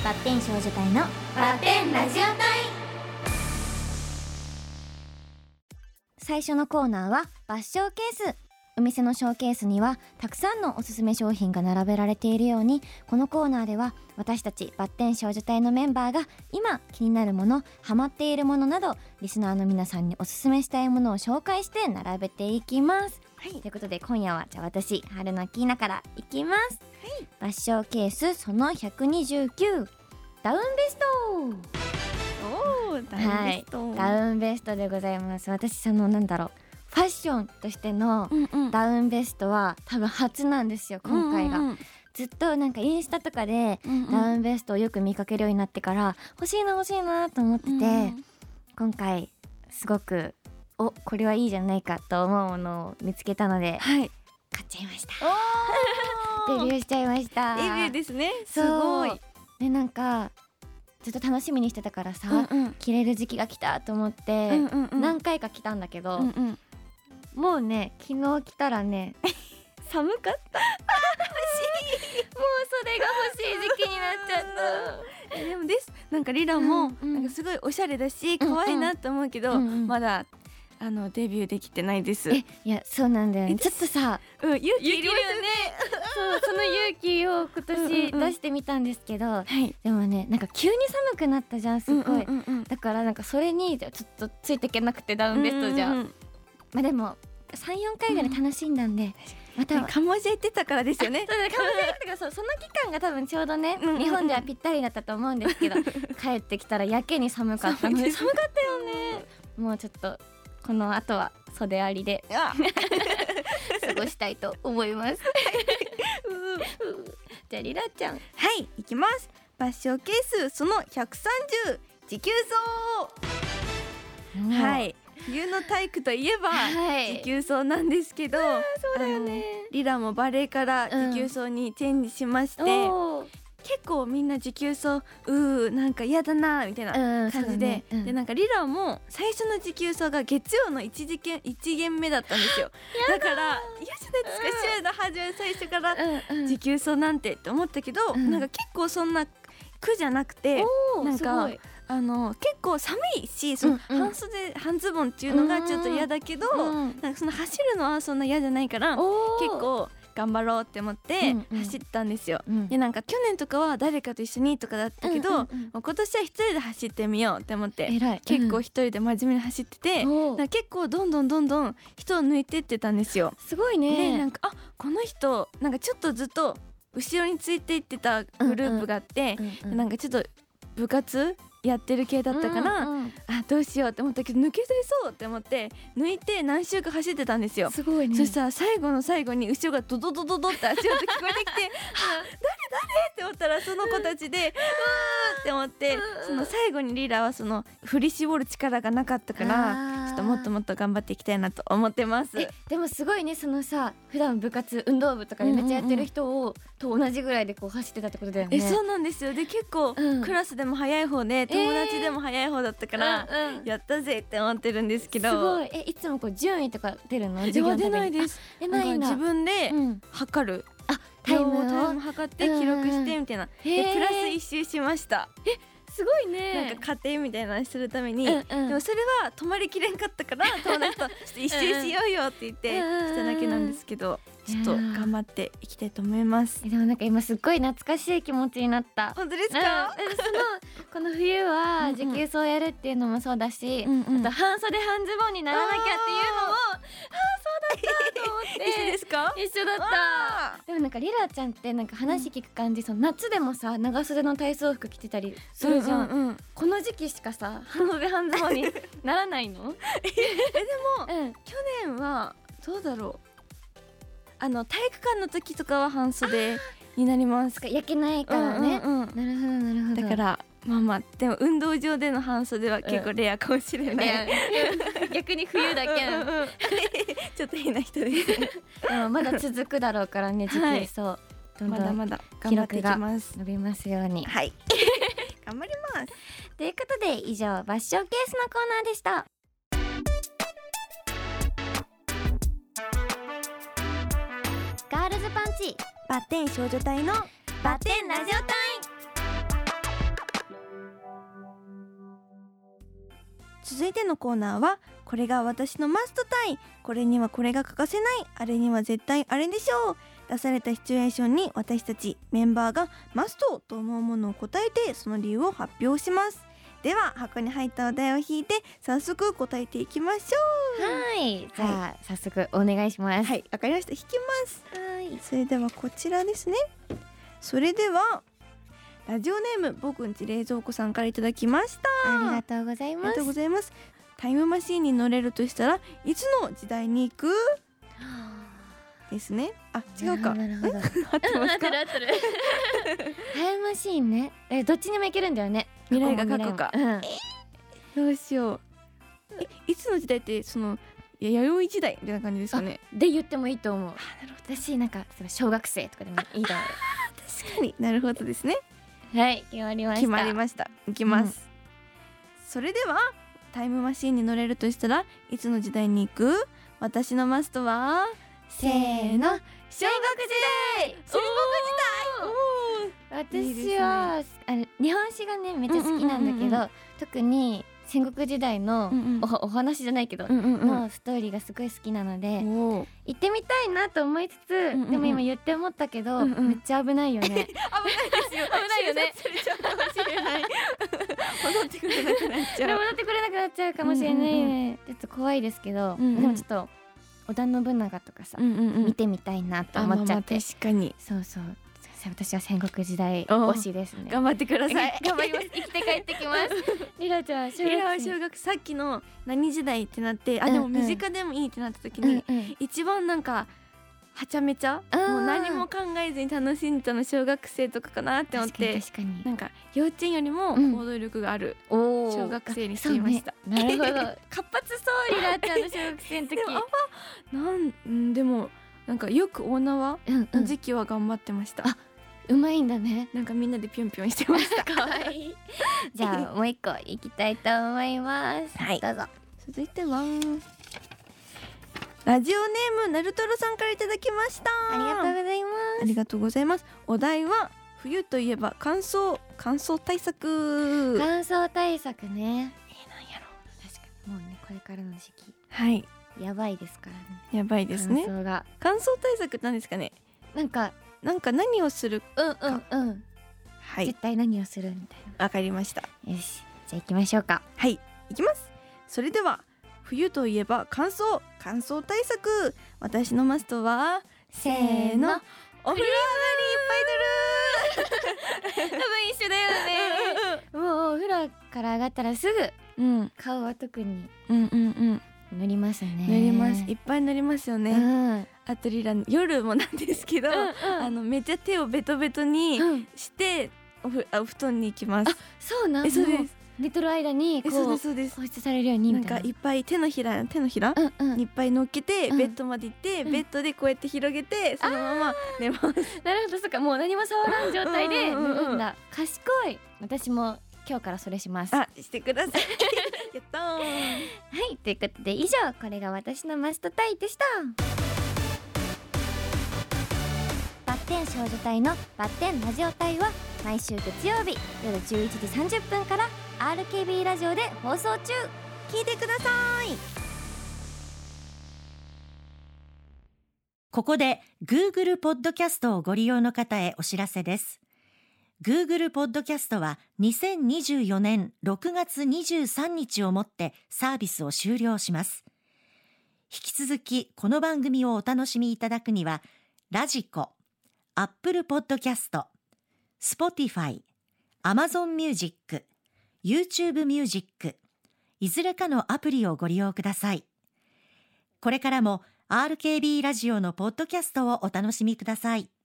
バッテン少女隊のバッテンラジオ隊。最初のコーナーはバッショーケース。お店のショーケースにはたくさんのおすすめ商品が並べられているように、このコーナーでは私たちバッテン少女隊のメンバーが今気になるもの、ハマっているものなどリスナーの皆さんにおすすめしたいものを紹介して並べていきます。はい、ということで今夜はじゃあ私春菜キーナからいきます。はい、バッショーケースその129、ダウンベスト。 おー、ダウンベスト、 はい、ダウンベストでございます。私なんだろう、ファッションとしてのダウンベストは多分初なんですよ、今回が。ずっとなんかインスタとかでダウンベストをよく見かけるようになってから欲しいなと思ってて、今回すごくこれはいいじゃないかと思うものを見つけたので、はい、買っちゃいました。デビューしちゃいました。 デビューですね。すごい。 でなんかずっと楽しみにしてたからさ、着れる時期が来たと思って、何回か着たんだけど、もうね昨日着たらね寒かった。もうそれが欲しい時期になっちゃった。 でもです、なんかリラもなんかすごいおしゃれだし可愛いなと思うけど、まだデビューできてないです。 いやそうなんだよね。ちょっとさ、 勇気いるよね。 その勇気を今年出してみたんですけど、でもねなんか急に寒くなったじゃん、すごい。だからなんかそれにちょっとついていけなくて、ダウンベストじゃまあでも 3,4 回ぐらい楽しんだんで、またカンボジア行ってたからですよね。 カンボジア行ってたから、その期間が多分ちょうどね、日本ではぴったりだったと思うんですけど、帰ってきたらやけに寒かったので、寒かったよね。もうちょっとこの後は袖ありで過ごしたいと思います。じゃあリラちゃん、 はい、いきます。バッショーケースその130、持久走。はい、冬の体育といえば持久走なんですけど、 そうだよね。 リラもバレエから持久走にチェンジしまして、結構みんな持久走なんか嫌だなみたいな感じで、でなんかリラも最初の持久走が月曜の1限目だったんですよ。だから嫌じゃないですか、週の始め最初から持久走なんてって思ったけど、なんか結構そんな苦じゃなくて、なんか結構寒いし、その半袖半ズボンっていうのがちょっと嫌だけど、なんかその走るのはそんな嫌じゃないから結構頑張ろうって思って走ったんですよ。でなんか去年とかは誰かと一緒にとかだったけど、今年は一人で走ってみようって思って結構一人で真面目に走ってて、結構どんどん人を抜いてってたんですよ。 すごいね。 でなんかこの人なんかちょっとずっと後ろについていってたグループがあって、なんかちょっと部活やってる系だったから、どうしようって思ったけど抜け出そうって思って抜いて何周か走ってたんですよ。 すごいね。 そしたら最後の最後に後ろがドドドドドって足音聞こえてきて誰って思ったらその子たちでうーって思って、その最後にリーダーはその振り絞る力がなかったから、ちょっともっともっと頑張っていきたいなと思ってます。 でもすごいね、そのさ普段部活運動部とかでめっちゃやってる人と同じぐらいでこう走ってたってことだよね。 そうなんですよ。で結構クラスでも早い方で友達でも早い方だったからやったぜって思ってるんですけど、 すごい。いつもこう順位とか出るの？ では出ないです。 出ないんだ。 自分で測る、タイム測って記録してみたいな、でプラス一周しました。 すごいね。 なんか家庭みたいなのするために、でもそれは止まりきれんかったから友達とちょっと一周しようよって言ってしただけなんですけど、ちょっと頑張っていきたいと思います。 でもなんか今すっごい懐かしい気持ちになった。 本当ですか？ この冬は持久走やるっていうのもそうだし、あと半袖半ズボンにならなきゃっていうのもそうだったと思って一緒ですか？ 一緒だった。でもなんかリラちゃんってなんか話聞く感じ、その夏でもさ長袖の体操服着てたりするじゃん。この時期しかさ半袖半ズボンにならないの？でも去年はどうだろう、体育館の時とかは半袖になります。 焼けないからね。なるほどなるほど。 だからまあでも運動場での半袖は結構レアかもしれない、 逆に冬だけなの。 ちょっと変な人です。 でもまだ続くだろうからね、持久走どんどんまだ頑張っていきます。 伸びますように。 はい頑張ります。 ということで以上バッショーケースのコーナーでした。ガールズパンチバッテン少女隊のバッテンラジオ隊。 続いてのコーナーは、これが私のマストタイ、これにはこれが欠かせない、あれには絶対あれでしょう。出されたシチュエーションに私たちメンバーがマストと思うものを答えて、その理由を発表します。では箱に入ったお題を引いて早速答えていきましょう。はい、じゃあ、早速お願いします。 はい、わかりました。引きます。 はい、 それではこちらですね。それではラジオネーム僕んち冷蔵庫さんからいただきました。 ありがとうございます。 ありがとうございます。タイムマシーンに乗れるとしたらいつの時代に行くですね。あ、違うか。 なるほど。 合ってますか？ 合ってる。タイムマシーンね。どっちにも行けるんだよね。 未来が過去か。どうしよう。いつの時代ってその弥生時代みたいな感じですかね。 で言ってもいいと思う。 なるほど。私なんか例えば小学生とかでもいいと思う。 確かに。なるほどですね。 はい、決まりました。 決まりました。いきます。それではタイムマシーンに乗れるとしたらいつの時代に行く？私のマストはせーの、 戦国時代。戦国時代。私は日本史がねめっちゃ好きなんだけど、特に戦国時代のお話じゃないけどのストーリーがすごい好きなので行ってみたいなと思いつつ、でも今言って思ったけどめっちゃ危ないよね。 危ないですよ。 危ないよね。 戻ってくれなくなっちゃう。 戻ってくれなくなっちゃうかもしれないね。ちょっと怖いですけど、でもちょっと織田信長とかさ見てみたいなと思っちゃって。 確かに。 そうそう。私は戦国時代推しですね。 頑張ってください。 頑張ります。生きて帰ってきます。リラちゃん小学さっきの何時代ってなって、でも身近でもいいってなった時に一番なんかはちゃめちゃもう何も考えずに楽しんでたの小学生とかかなって思って、なんか幼稚園よりも行動力がある小学生にしていました。 なるほど。活発そうリラちゃんの小学生の時。 でもなんかよく大縄の時期は頑張ってました。 うまいんだね。 なんかみんなでぴょんぴょんしてました。 可愛い。じゃあもう一個いきたいと思います。 はい、 どうぞ。 続いてはラジオネームなるとろさんからいただきました。 ありがとうございます。 ありがとうございます。お題は冬といえば乾燥対策。 乾燥対策ね。 なんやろ。 確かにもうねこれからの時期。 はい。 やばいですからね。 やばいですね。乾燥対策なんですかね。なんか何をするか。はい。 絶対何をするみたいな。 わかりました。 よし、じゃあ行きましょうか。 はい、行きます。それでは冬といえば乾燥対策。私のマストはせーの、お風呂上がりいっぱい塗る。 多分一緒だよね。もうお風呂から上がったらすぐ、顔は特に塗りますね。 塗ります。いっぱい塗りますよね。あとリラ夜もなんですけど、めっちゃ手をベトベトにしてお布団に行きます。 そうなん。 そうです。 寝てる間にこう放出されるようにみたいな。 なんかいっぱい手のひらにいっぱい乗っけてベッドまで行ってベッドでこうやって広げてそのまま寝ます。 なるほど、そっか、もう何も触らん状態で塗るんだ。賢い。私も今日からそれします。 してください。やったー。はい、 ということで以上、これが私のマストタイでした。バッテン少女隊のバッテンラジオ隊は毎週月曜日夜11時30分から RKB ラジオで放送中。聞いてください。 ここで Google ポッドキャストをご利用の方へお知らせです。Google ポッドキャストは2024年6月23日をもってサービスを終了します。引き続きこの番組をお楽しみいただくには、ラジコ、Apple ポッドキャスト、Spotify、Amazon Music、YouTube Music、いずれかのアプリをご利用ください。これからも RKB ラジオのポッドキャストをお楽しみください。